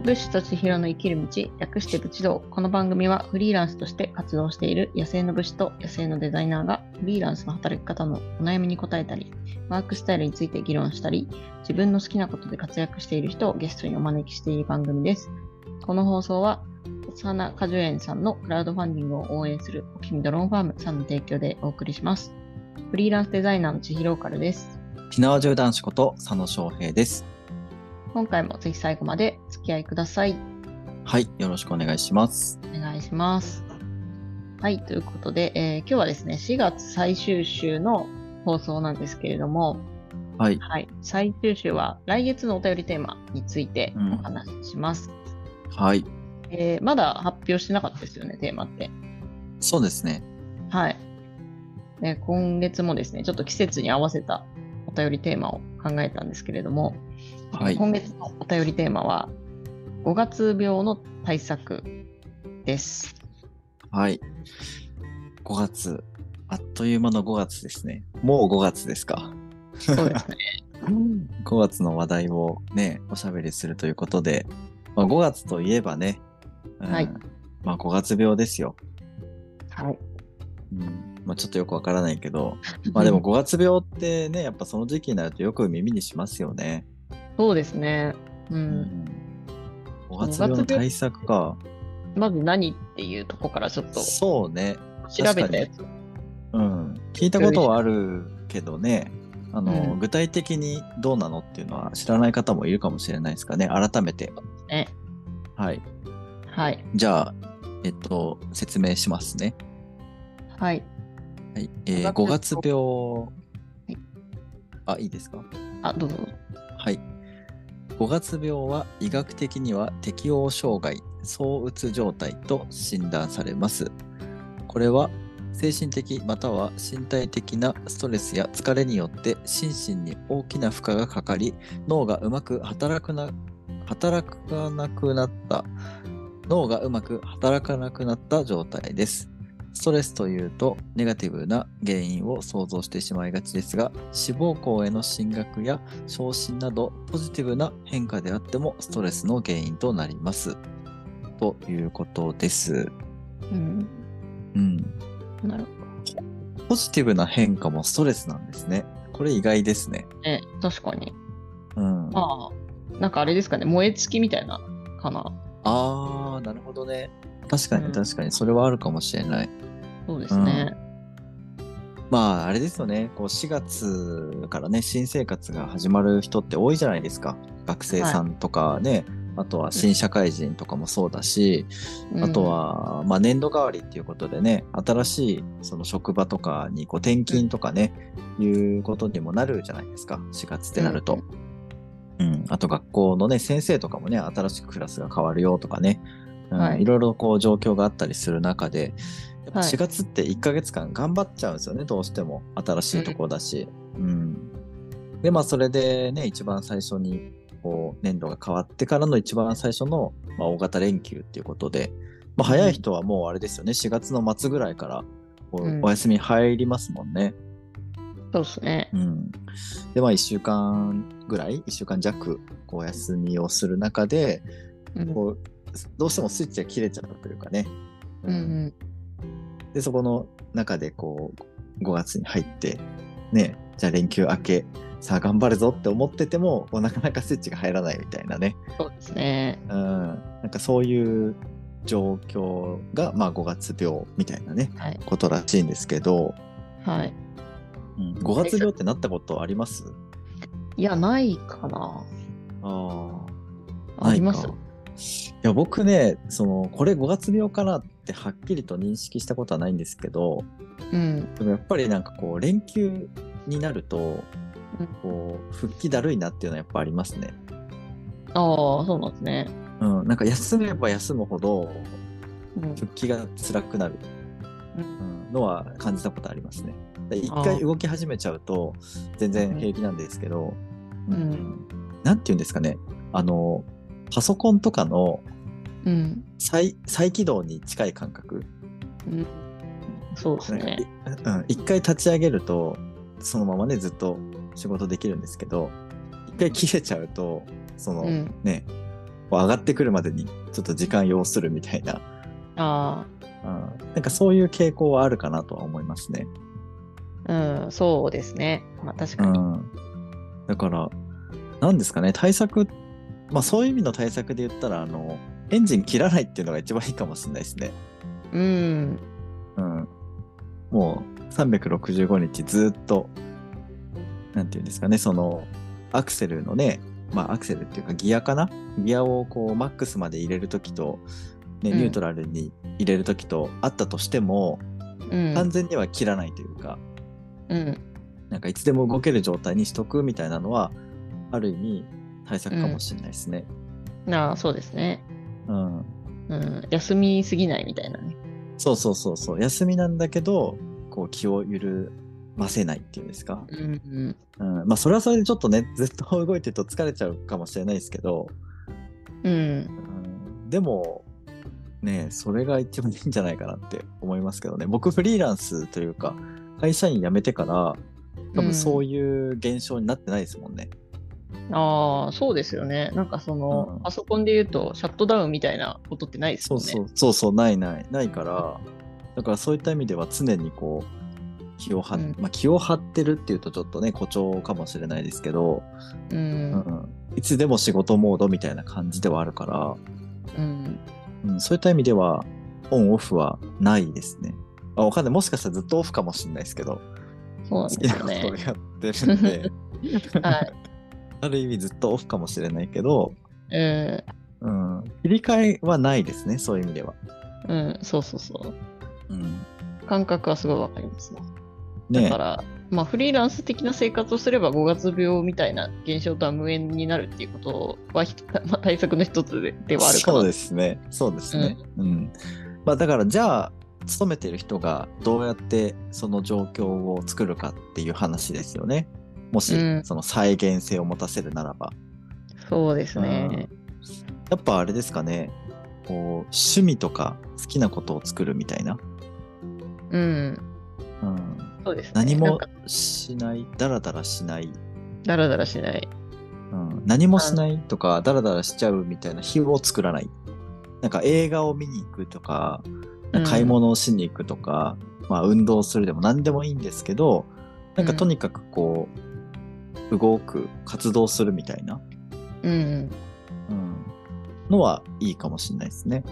ブシと千尋の生きる道、略してブチ道。この番組はフリーランスとして活動している野生の武士と野生のデザイナーがフリーランスの働き方のお悩みに答えたり、ワークスタイルについて議論したり、自分の好きなことで活躍している人をゲストにお招きしている番組です。この放送は、花果樹園さんのクラウドファンディングを応援するおきみドローンファームさんの提供でお送りします。フリーランスデザイナーの千尋オカルです。 火縄銃男子こと佐野翔平です。 今回もぜひ最後までお付き合いください。 はい、よろしくお願いします。 お願いします。はい、ということで、今日はですね、4月最終週の放送なんですけれども、 はい。 はい、最終週は来月のお便りテーマについてお話しします。 はい。 まだ発表してなかったですよね、テーマって。 そうですね。 はい。今月もですね、ちょっと季節に合わせたお便りテーマを考えたんですけれども、 はい、 今月のお便りテーマは5月病の対策です。 はい。5月。あっという間の5月ですね。もう5月ですか。 そうですね。 5月の話題をね、おしゃべりするということで、5月といえばね、 はい。 5月病ですよ。 はい。 ちょっとよくわからないけど、でも5月病ってね、やっぱその時期になるとよく耳にしますよね。 そうですね。 5月病の対策か。 まず何っていうとこからちょっとそうね。 調べたやつ。 聞いたことはあるけどね、具体的にどうなのっていうのは知らない方もいるかもしれないですかね。改めて。はい。 はい。 じゃあ、説明しますね。 はい。 はい。5月病。いいですか？ どうぞ。 はい。5月病は医学的には適応障害、躁うつ状態と診断されます。これは精神的または身体的なストレスや疲れによって心身に大きな負荷がかかり、脳がうまく働かなくなった状態です。ストレスというとネガティブな原因を想像してしまいがちですが、志望校への進学や昇進などポジティブな変化であってもストレスの原因となります。ということです。 なるほど。ポジティブな変化もストレスなんですね。これ意外ですね。 確かに。なんかあれですかね、燃え尽きみたいなかな。 なるほどね。確かにそれはあるかもしれない。 そうですね。 あれですよね。こう4月からね、新生活が始まる人って多いじゃないですか。学生さんとかね、あとは新社会人とかもそうだし、あとは、年度代わりっていうことでね、新しいその職場とかにこう転勤とかね、いうことにもなるじゃないですか。4月ってなると。あと学校のね、先生とかもね、新しくクラスが変わるよとかね、いろいろこう状況があったりする中で、やっぱ4月って1ヶ月間頑張っちゃうんですよね、どうしても。新しいところだし。で、それでね、一番最初に、こう、年度が変わってからの一番最初の、大型連休っていうことで、早い人はもうあれですよね、4月の末ぐらいからお休み入りますもんね。 そうですね。 で、1週間ぐらい、1週間弱、こう、お休みをする中で、こう、どうしてもスイッチが切れちゃうというかね。で、そこの中で、こう、5月に入って、ね、じゃあ連休明け、さあ頑張るぞって思ってても、なかなかスイッチが入らないみたいなね。 そうですね。 なんかそういう状況が、5月病みたいなね、ことらしいんですけど、5月病ってなったことあります？ いや、ないかな。 あります？いや、僕ね、これ5月病かなってはっきりと認識したことはないんですけど、でもやっぱりなんかこう、連休になると、こう、復帰だるいなっていうのはやっぱありますね。 そうなんですね。 なんか休めば休むほど、復帰が辛くなるのは感じたことありますね。一回動き始めちゃうと、全然平気なんですけど、なんていうんですかね、パソコンとかの再起動に近い感覚。 そうですね。 一回立ち上げると、そのままね、ずっと仕事できるんですけど、一回切れちゃうと、 上がってくるまでにちょっと時間要するみたいな、 あなんかそういう傾向はあるかなとは思いますね。 あ、うん、そうですね。まあ確かに。 うん。だから、なんですかね、対策、まあそういう意味の対策で言ったら、エンジン切らないっていうのが一番いいかもしれないですね。 うん、 うん。もう365日ずっと、なんていうんですかね、アクセルのね、まあアクセルっていうかギアかな、ギアをこうマックスまで入れるときと、ね、 うんニュートラルに入れるときとあったとしても、 うん、 完全には切らないというか、 うん、 なんかいつでも動ける状態にしとくみたいなのは、ある意味対策かもしれないですね。 ああ、そうですね。 うん。 うん、休みすぎないみたいなね。 そうそうそうそう。休みなんだけど、こう気を緩ませないっていうんですか。 うん、 まあそれはそれでちょっとね、ずっと動いてると疲れちゃうかもしれないですけど、 うん、 でも、ね、それが一番いいんじゃないかなって思いますけどね。僕フリーランスというか、会社員辞めてから、多分そういう現象になってないですもんね。 ああ、そうですよね。なんかパソコンで言うと、シャットダウンみたいなことってないですもんね。 そうそう、ないから、だからそういった意味では常にこう、気を張ってるっていうとちょっとね、誇張かもしれないですけど、いつでも仕事モードみたいな感じではあるから、そういった意味では、オンオフはないですね。わかんない。もしかしたらずっとオフかもしれないですけど、 そうなんですよね。 好きなことをやってるんで、 はい。 ある意味ずっとオフかもしれないけど、 うん、 切り替えはないですね、そういう意味では。 うん、そうそうそう。 うん、 感覚はすごいわかりますね。だねから、まあ、フリーランス的な生活をすれば5月病みたいな現象とは無縁になるっていうことは、まあ、対策の一つではあるかな。 そうですね。そうですね。まあだからじゃあ、勤めてる人がどうやってその状況を作るかっていう話ですよね。もし、その再現性を持たせるならば。 そうですね。 やっぱあれですかね。こう、趣味とか好きなことを作るみたいな。 そうですね。 何もしない、ダラダラしない。 ダラダラしない。 何もしないとか、ダラダラしちゃうみたいな日を作らない。なんか映画を見に行くとか、買い物をしに行くとか、まあ運動するでも何でもいいんですけど、なんかとにかくこう、動く、活動するみたいな、のはいいかもしれないですね。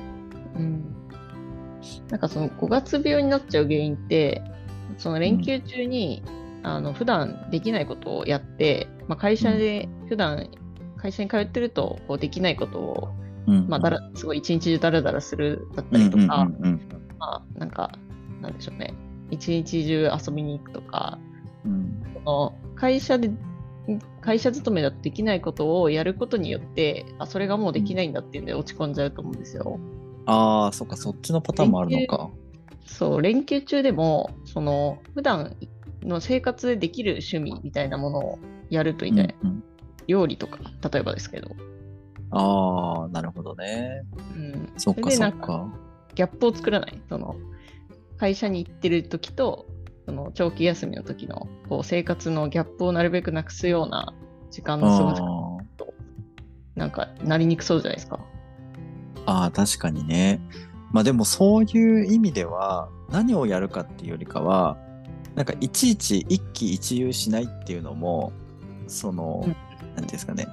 なんか5月病になっちゃう原因って、その連休中に、普段できないことをやって、まあ、会社に通ってるとこうできないことを、まあ、すごい一日中ダラダラするだったりとか、まあ、なんでしょうね、一日中遊びに行くとか、その会社勤めだとできないことをやることによって、それがもうできないんだっていうんで落ち込んじゃうと思うんですよ。 ああ、そっか、そっちのパターンもあるのか。 そう、連休中でも、普段の生活でできる趣味みたいなものをやるといいんじゃない、料理とか、例えばですけど。 ああ、なるほどね。そっか、そっか。 ギャップを作らない。会社に行ってる時と、長期休みの時のこう生活のギャップをなるべくなくすような時間の過ごし方と、なりにくそうじゃないですか。 ああ、確かにね。まあでもそういう意味では、何をやるかっていうよりかは、なんかいちいち一喜一憂しないっていうのも、なんていうんですかね。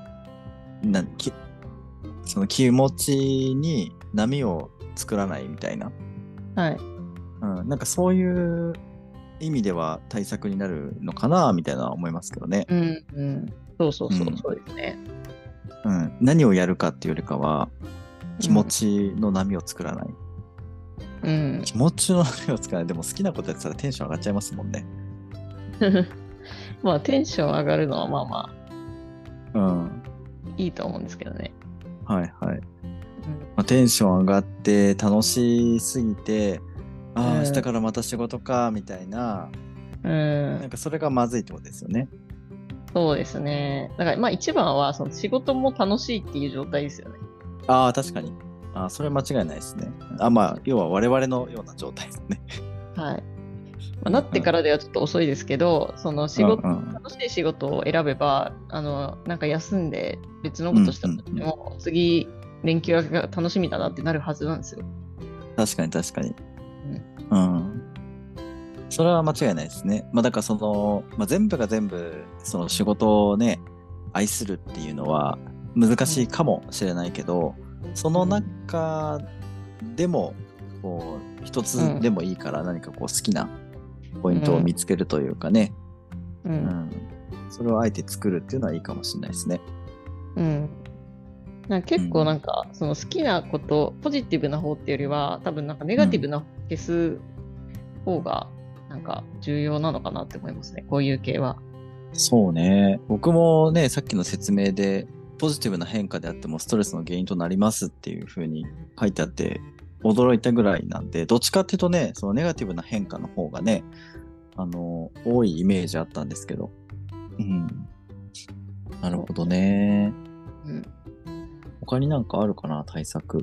その気持ちに波を作らないみたいな。 はい。 なんかそういう意味では対策になるのかな、みたいな思いますけどね。 そうそうそう、そうですね。 何をやるかっていうよりかは、気持ちの波を作らない。気持ちの波を作らない。でも好きなことやってたらテンション上がっちゃいますもんね。 まあテンション上がるのはまあまあ、いいと思うんですけどね。 はいはい。テンション上がって楽しすぎて、明日からまた仕事か、みたいな。なんかそれがまずいってことですよね。 そうですね。だからまあ一番は仕事も楽しいっていう状態ですよね。 ああ、確かに。それ間違いないですね。まあ、要は我々のような状態ですね。 はい。なってからではちょっと遅いですけど、楽しい仕事を選べば、なんか休んで別のことしたとしても、次、 連休が楽しみだなってなるはずなんですよ。 確かに確かに。うん。それは間違いないですね。まあだから全部が全部、その仕事をね、愛するっていうのは難しいかもしれないけど、その中でも、こう、一つでもいいから何かこう好きなポイントを見つけるというかね、それをあえて作るっていうのはいいかもしれないですね。 なんか結構なんか、その好きなこと、ポジティブな方っていうよりは、多分なんかネガティブな消す方がなんか重要なのかなって思いますね、こういう系は。 そうね。僕もね、さっきの説明で、ポジティブな変化であってもストレスの原因となりますっていう風に書いてあって、驚いたぐらいなんで、どっちかっていうとね、そのネガティブな変化の方がね、多いイメージあったんですけど。なるほどね。他になんかあるかな、対策。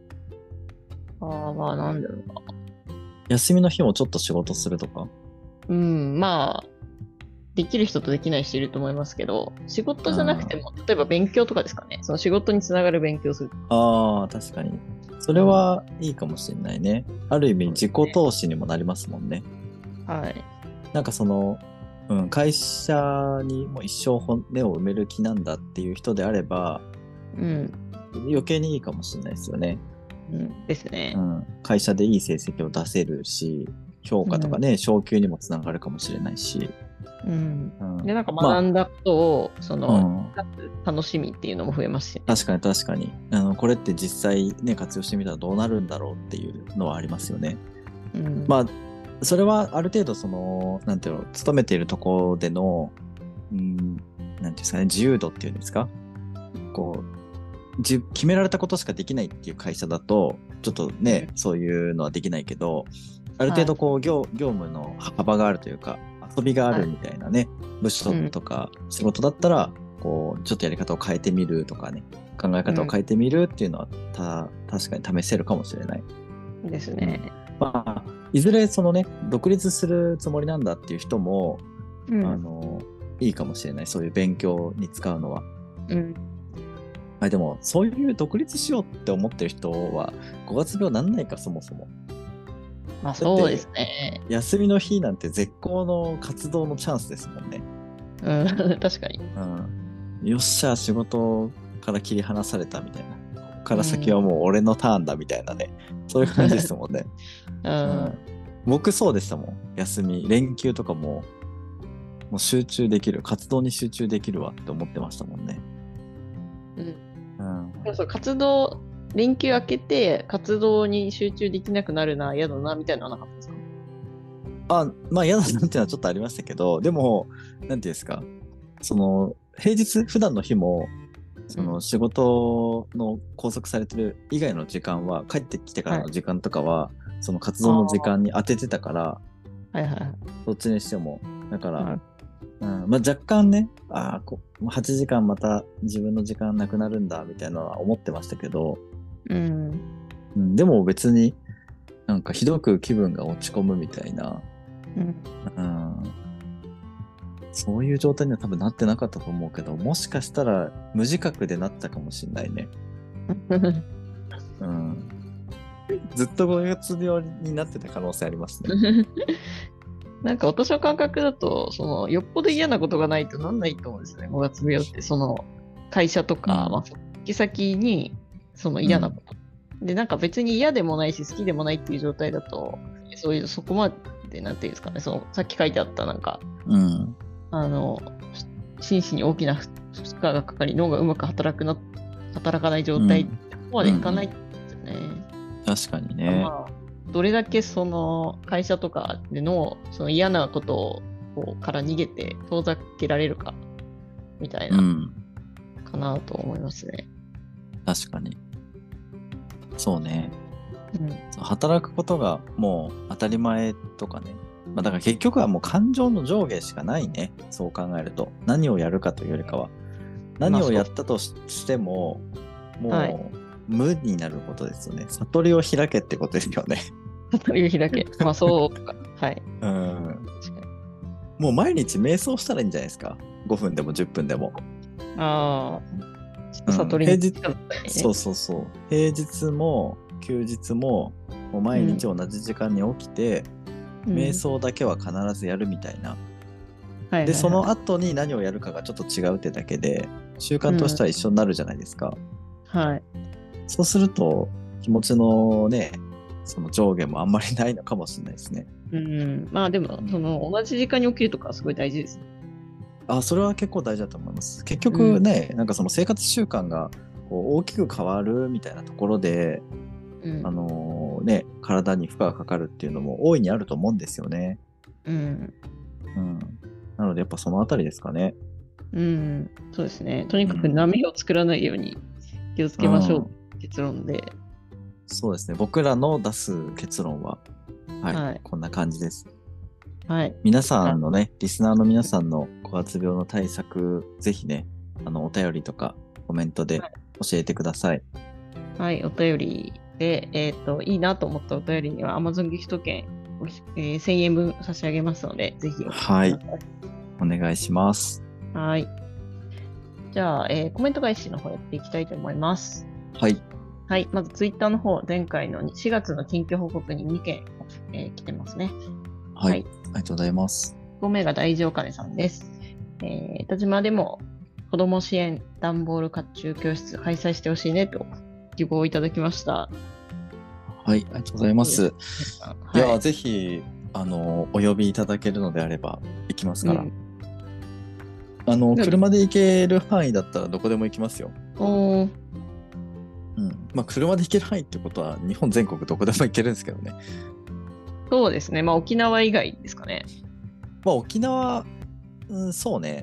まあなんだろうな。 休みの日もちょっと仕事するとか。 まあ、できる人とできない人いると思いますけど、仕事じゃなくても、例えば勉強とかですかね。その仕事につながる勉強する。 確かに。それはいいかもしれないね。ある意味自己投資にもなりますもんね。 はい。 なんか会社にもう一生骨を埋める気なんだっていう人であれば、余計にいいかもしれないですよね。 ですね。 会社でいい成績を出せるし、評価とかね、昇給にもつながるかもしれないし。 で、なんか学んだことを、楽しみっていうのも増えますし、ね。 確かに確かに。これって実際ね、活用してみたらどうなるんだろうっていうのはありますよね。まあ、それはある程度なんていうの、勤めているところでの、なんていうんですかね、自由度っていうんですか、こう、決められたことしかできないっていう会社だと、ちょっとね、そういうのはできないけど、ある程度こう、業務の幅があるというか、遊びがあるみたいなね、部署とか仕事だったら、こう、ちょっとやり方を変えてみるとかね、考え方を変えてみるっていうのは、確かに試せるかもしれない。 ですね。 まあ、いずれ独立するつもりなんだっていう人も、いいかもしれない。そういう勉強に使うのは。でも、そういう独立しようって思ってる人は、5月病なんないか、そもそも。 まあ、そうですね。 休みの日なんて絶好の活動のチャンスですもんね。 確かに。 よっしゃ、仕事から切り離されたみたいな。ここから先はもう俺のターンだみたいなね。そういう感じですもんね。僕そうでしたもん。休み、連休とかもう集中できる、活動に集中できるわって思ってましたもんね。 活動、連休明けて活動に集中できなくなるな、嫌だな、みたいなのはなかったですか？ まあ嫌だなっていうのはちょっとありましたけど、でも、なんていうんですか、平日、普段の日も、仕事の拘束されてる以外の時間は、帰ってきてからの時間とかは、その活動の時間に当ててたから、どっちにしても。だから、若干ね、8時間また自分の時間なくなるんだ、みたいなのは思ってましたけど、でも別になんかひどく気分が落ち込むみたいな、そういう状態には多分なってなかったと思うけど、もしかしたら無自覚でなったかもしれないね。ずっと5月病になってた可能性ありますね。 なんか私の感覚だと、よっぽど嫌なことがないとなんないと思うんですね、5月病って。会社とか、先に嫌なこと。で、なんか別に嫌でもないし、好きでもないっていう状態だと、そこまで、なんていうんですかね、さっき書いてあったなんか、心身に大きな負荷がかかり、脳がうまく働かない状態までいかないんですよね。 確かにね。 どれだけ会社とかでの嫌なことから逃げて遠ざけられるかみたいな、かなと思いますね。 確かに。そうね。働くことがもう当たり前とかね。だから結局はもう感情の上下しかないね。そう考えると。何をやるかというよりかは。何をやったとしても、もう無になることですよね。悟りを開けってことですよね。 悟りを開け。そうか。はい。 もう毎日瞑想したらいいんじゃないですか。5分でも10分でも。 ちょっと悟りに近かったりね。 そうそうそう。平日も休日も、もう毎日同じ時間に起きて、瞑想だけは必ずやるみたいな。で、その後に何をやるかがちょっと違うってだけで、習慣としては一緒になるじゃないですか。 はい。 そうすると、気持ちのね、その上下もあんまりないのかもしれないですね。 まあでも、その同じ時間に起きるとかはすごい大事ですね。 それは結構大事だと思います。結局ね、なんかその生活習慣がこう大きく変わるみたいなところで、体に負荷がかかるっていうのも大いにあると思うんですよね。なのでやっぱそのあたりですかね。 そうですね。とにかく波を作らないように気をつけましょう、結論で。 そうですね。僕らの出す結論は、こんな感じです。皆さんのね、リスナーの皆さんの五月病の対策、ぜひね、お便りとかコメントで教えてください。 はい、お便りで、いいなと思ったお便りには Amazon ギフト券、1000円分差し上げますので、ぜひお願いします。 はい。お願いします。 はい。じゃあ、コメント返しの方やっていきたいと思います。 はい。 はい。まず、ツイッターの方、前回の4月の近況報告に2件、来てますね。 はい。ありがとうございます。 1個目が大城金さんです。田島でも子ども支援段ボール甲冑教室開催してほしいねと希望をいただきました。 はい。ありがとうございます。いや、ぜひ、お呼びいただけるのであれば行きますから。車で行ける範囲だったらどこでも行きますよ。まあ、車で行ける範囲ってことは日本全国どこでも行けるんですけどね。 そうですね。まあ沖縄以外ですかね。 まあ沖縄、そうね。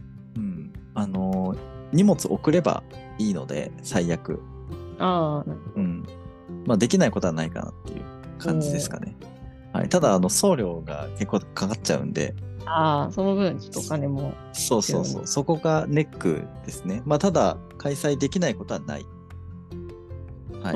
荷物送ればいいので、最悪。まあできないことはないかなっていう感じですかね。はい。ただ、送料が結構かかっちゃうんで。 その分、ちょっとお金も。 そう。そこがネックですね。まあただ、開催できないことはない。 はい。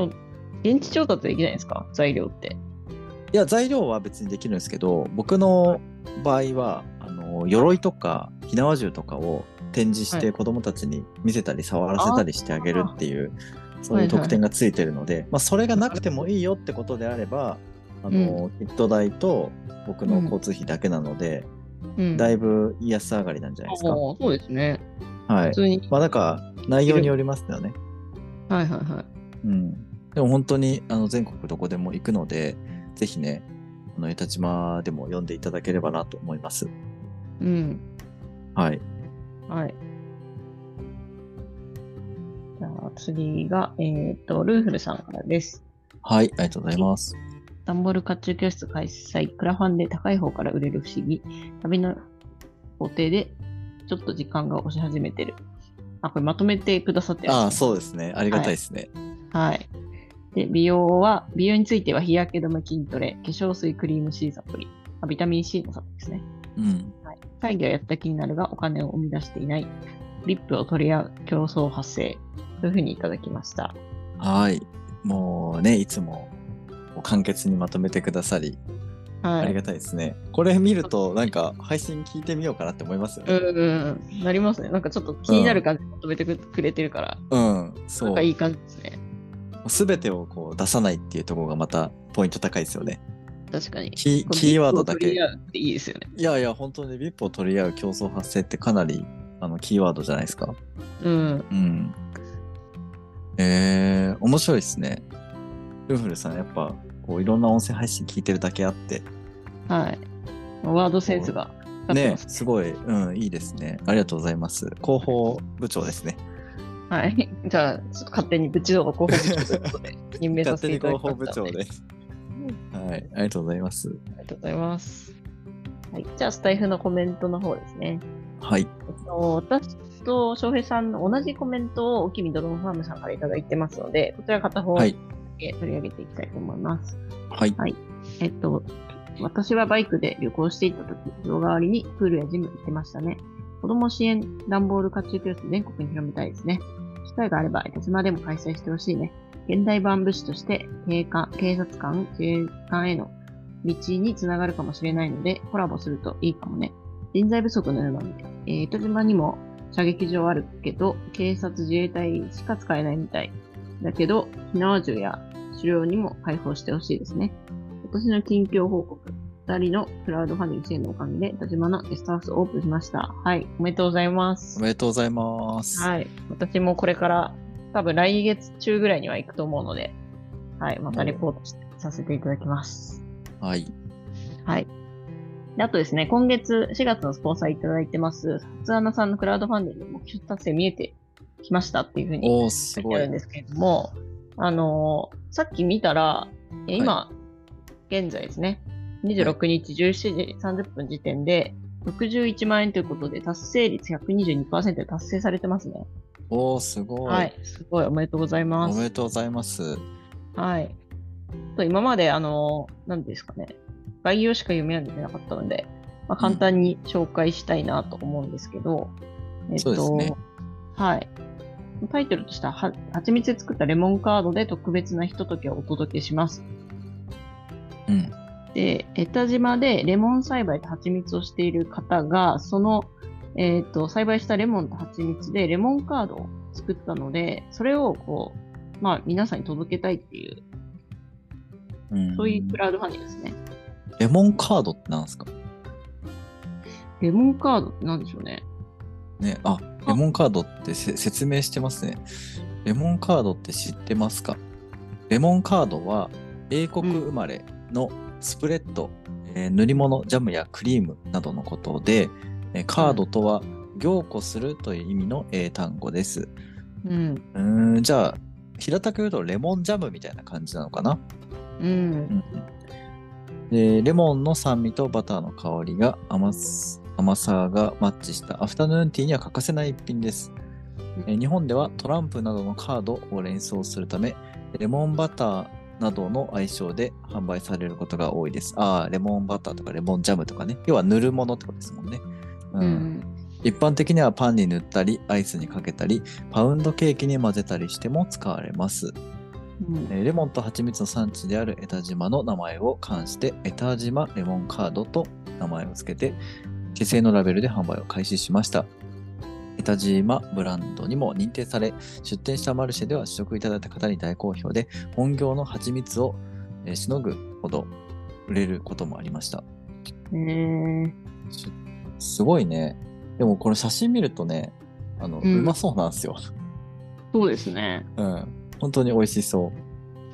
現地調達できないですか？材料って。 いや、材料は別にできるんですけど、僕の場合は、鎧とか、火縄銃とかを展示して子供たちに見せたり触らせたりしてあげるっていう、そういう特典がついてるので、まあ、それがなくてもいいよってことであれば、キット代と僕の交通費だけなので、だいぶ安上がりなんじゃないですか。 そうですね。 はい。まあ、なんか、内容によりますよね。でも本当に、全国どこでも行くので、ぜひね、江田島でも読んでいただければなと思います。はい。 じゃあ次が、ルーフルさんからです。 はい、ありがとうございます。 ダンボール甲冑教室開催、クラファンで高い方から売れる不思議。旅の工程でちょっと時間が押し始めてる。これまとめてくださってる、 ね。そうですね。ありがたいですね。 はい。で、美容については日焼け止め、筋トレ、化粧水、クリーム C サプリ、ビタミン C のサプリですね。会議はやった気になるがお金を生み出していない。リップを取り合う競争発生。というふうにいただきました。 はい。もうね、いつも簡潔にまとめてくださり、ありがたいですね。これ見るとなんか配信聞いてみようかなって思いますよね。 なりますね。なんかちょっと気になる感じでまとめてくれてるから。 そう。 なんかいい感じですね。 すべてをこう出さないっていうところがまたポイント高いですよね。 確かに。 キーワードだけ。 取り合うっていいですよね。 いや、本当にビップを取り合う競争発生ってかなりキーワードじゃないですか。面白いですね。ルーフルさん、やっぱこういろんな音声配信聞いてるだけあって。 はい。ワードセンスがね、すごい、いいですね。ありがとうございます。広報部長ですね。 はい。じゃあ、勝手に部長の広報部長ということで任命させていただきました。 勝手に広報部長です。はい。ありがとうございます。 ありがとうございます。はい。じゃあ、スタイフのコメントの方ですね。 はい。 私と翔平さんの同じコメントをおきみドローンファームさんからいただいてますので、こちら片方取り上げていきたいと思います。 はい。 私はバイクで旅行していたとき、風呂代わりにプールやジム行ってましたね。子供支援段ボール甲冑教室全国に広めたいですね。機会があれば、江田島でも開催してほしいね。現代版物資として、警察官、自衛官への道につながるかもしれないので、コラボするといいかもね。人材不足のようなので、江戸島にも射撃場あるけど、警察自衛隊しか使えないみたい。だけど、火縄銃や狩猟にも開放してほしいですね。今年の近況報告。2人のクラウドファンディング支援のおかげで、田島のゲストハウスをオープンしました。はい、おめでとうございまおす。 めでとうございます。 はい、私もこれから多分来月中ぐらいには行くと思うので、はい、またレポートさせていただきます。 はい。 はい。であとですね、今月4月のスポンサーいただいてます、初アナさんのクラウドファンディング目標達成見えてきましたっていうふうに書いてあるんですけれども、さっき見たら、今、現在ですね、26日17時30分時点で61万円ということで、達成率 122% で達成されてますね。 おー、すごい。 はい、すごいおめでとうございます。 おめでとうございます。 はい。と今まで、何ですかね、概要しか読み上げてなかったので、簡単に紹介したいなと思うんですけど、 そうですね。 はい。タイトルとしては、蜂蜜で作ったレモンカードで特別なひとときをお届けします。 うん。 で、江田島でレモン栽培と蜂蜜をしている方が、その、栽培したレモンと蜂蜜でレモンカードを作ったので、それを皆さんに届けたいっていう、そういうクラウドファンディングですね。 レモンカードって何ですか？ レモンカードって何でしょうね。 ね、レモンカードって説明してますね。レモンカードって知ってますか？レモンカードは英国生まれのスプレッド、塗り物、ジャムやクリームなどのことで、カードとは凝固するという意味の英単語です。じゃあ平たく言うとレモンジャムみたいな感じなのかな。でレモンの酸味とバターの香りが甘さがマッチしたアフタヌーンティーには欠かせない一品です。日本ではトランプなどのカードを連想するため、レモンバターなどの相性で販売されることが多いです。レモンバターとかレモンジャムとかね。要は塗るものってことですもんね。一般的にはパンに塗ったり、アイスにかけたり、パウンドケーキに混ぜたりしても使われます。レモンと蜂蜜の産地である江田島の名前を冠して、江田島レモンカードと名前を付けて、手製のラベルで販売を開始しました。江田島ブランドにも認定され、出店したマルシェでは試食いただいた方に大好評で、本業の蜂蜜をしのぐほど売れることもありました。すごいね。でもこれ写真見るとね、うまそうなんですよ。 そうですね。 本当に美味しそう。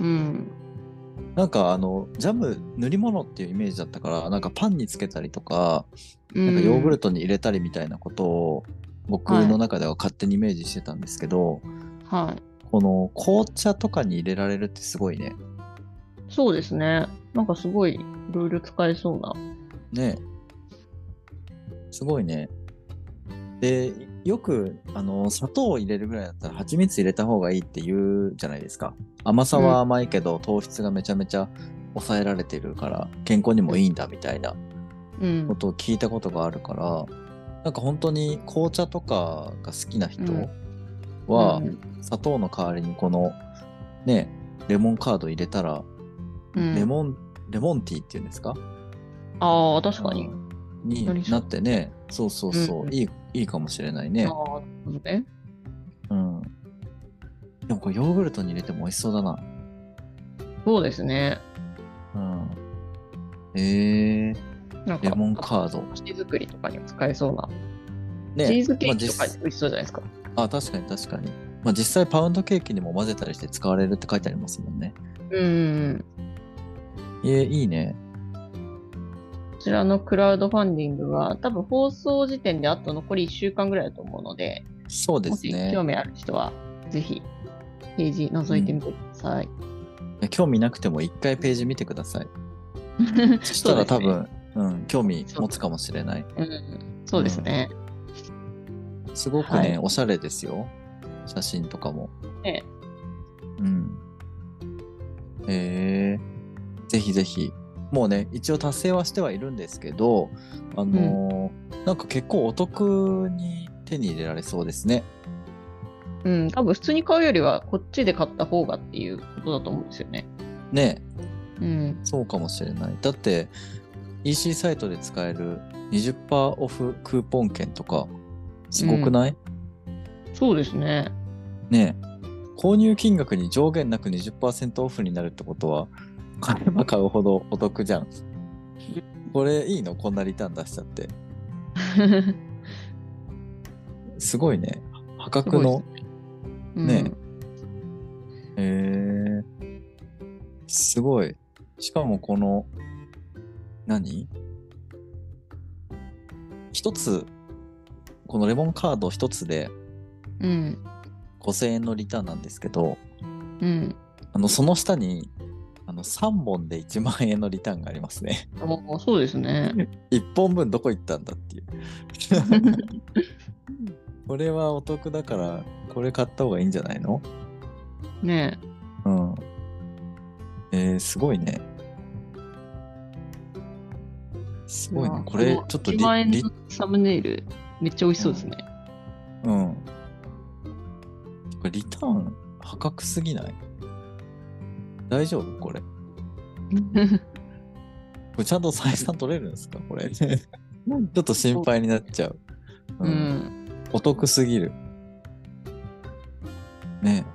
なんかジャム塗り物っていうイメージだったから、なんかパンにつけたりとか、なんかヨーグルトに入れたりみたいなことを僕の中では勝手にイメージしてたんですけど、この紅茶とかに入れられるってすごいね。 そうですね。なんかすごいいろいろ使えそうな。 ね。すごいね。で、よく砂糖を入れるぐらいだったら蜂蜜入れた方がいいって言うじゃないですか。甘さは甘いけど、糖質がめちゃめちゃ抑えられてるから健康にもいいんだみたいなことを聞いたことがあるから、なんか本当に紅茶とかが好きな人は、砂糖の代わりにこのねレモンカード入れたら、レモンティーっていうんですか？ 確かに。 になってね、そう、いいかもしれないね。でもこれヨーグルトに入れても美味しそうだな。 そうですね。 レモンカード。 チーズ作りとかにも使えそうな。チーズケーキとかに美味しそうじゃないですか。 確かに。実際パウンドケーキにも混ぜたりして使われるって書いてありますもんね。いいね。 こちらのクラウドファンディングは多分放送時点であと残り1週間ぐらいだと思うので、 そうですね。 もし興味ある人はぜひページ覗いてみてください。 興味なくても1回ページ見てください。そしたら多分、興味持つかもしれない。 そうですね。 すごくね、おしゃれですよ。写真とかも。ぜひぜひ。もうね、一応達成はしてはいるんですけど、なんか結構お得に手に入れられそうですね。 多分普通に買うよりはこっちで買った方がっていうことだと思うんですよね。 そうかもしれない。だって EC サイトで使える 20% オフクーポン券とかすごくない？ そうですね。 ねえ、購入金額に上限なく 20% オフになるってことは、買えば買うほどお得じゃん。これいいの？こんなリターン出しちゃって。すごいね。破す格の、 ごいですね。うねん。 え、すごい。しかもこの、何一つ、このレモンカード一つでうん。 5000円のリターンなんですけど、 うん。 その下に、3本で1万円のリターンがありますね。 そうですね。 1本分どこ行ったんだっていう。これはお得だから、これ買った方がいいんじゃないの？ ねうん。すごいね。すえ。 ごいね。これ、ちょっと 1万円のサムネイル、めっちゃ美味しそうですね。 うん。これリターン破格すぎない？大丈夫これ。これちゃんと採算取れるんですかこれ。ちょっと心配になっちゃう。 うん。 お得すぎる。ね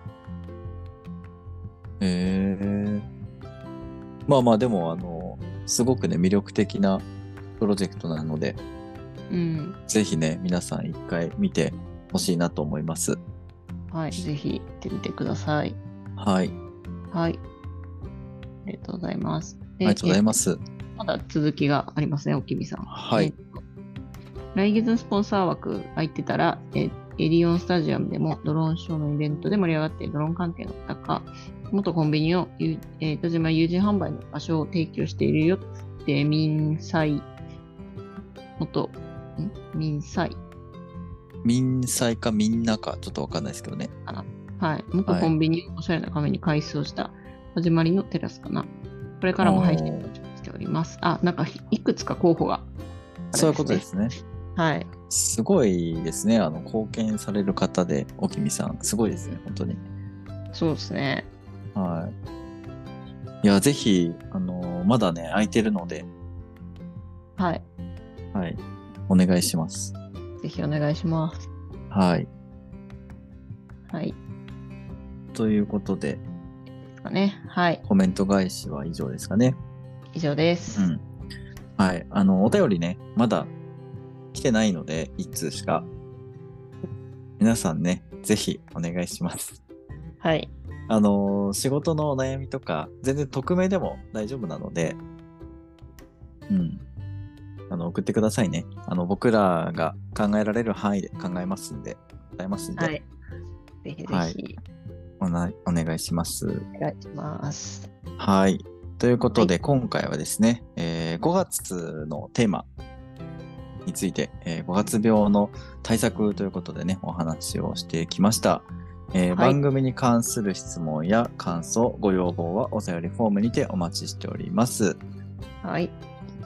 まあまあでもすごくね魅力的なプロジェクトなので、 うん。 ぜひね皆さん一回見てほしいなと思います。 はい。ぜひ行ってみてください。 はい。 はい。ありがとうございます。 ありがとうございます。 まだ続きがありますね、おきみさん。 はい。 来月のスポンサー枠空いてたら、エディオンスタジアムでもドローンショーのイベントで盛り上がっているドローン関係の方か、元コンビニを、田島有人販売の場所を提供しているよって民債、民債民債かみんなかちょっとわかんないですけどね。 かな。はい。元コンビニをおしゃれなカフェに改装した始まりのテラスかな。これからも配信しております。なんかいくつか候補が、 そういうことですね。 はい。 すごいですね。貢献される方で、おきみさん。すごいですね、本当に。 そうですね。 はい。いや、ぜひ、まだね、空いてるので、 はい。 はい。お願いします。 ぜひお願いします。 はい。 はい。 ということで、 ですかね。はい。 コメント返しは以上ですかね。 以上です。 うん。はい。お便りね、まだ来てないので、一通しか。皆さんね、ぜひお願いします。 はい。 仕事のお悩みとか、全然匿名でも大丈夫なので、うん。送ってくださいね。僕らが考えられる範囲で考えますんで、答えますんで。 はい。ぜひぜひ、 はい、お願いします。 お願いします。 はい。ということで、 はい、 今回はですね、5月のテーマについて、5月病の対策ということでね、お話をしてきました。 はい、 番組に関する質問や感想、ご要望はお便りフォームにてお待ちしております。 はい。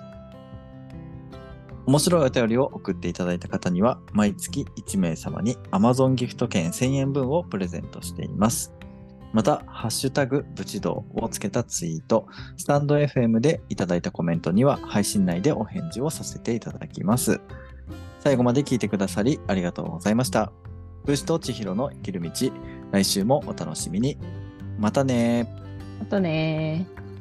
面白いお便りを送っていただいた方には、毎月1名様に Amazon ギフト券1000円分をプレゼントしています。また、ハッシュタグ、ブチドーをつけたツイート、スタンド FM でいただいたコメントには、配信内でお返事をさせていただきます。最後まで聞いてくださり、ありがとうございました。ブシと千尋の生きる道、来週もお楽しみに。またねー。 またねー。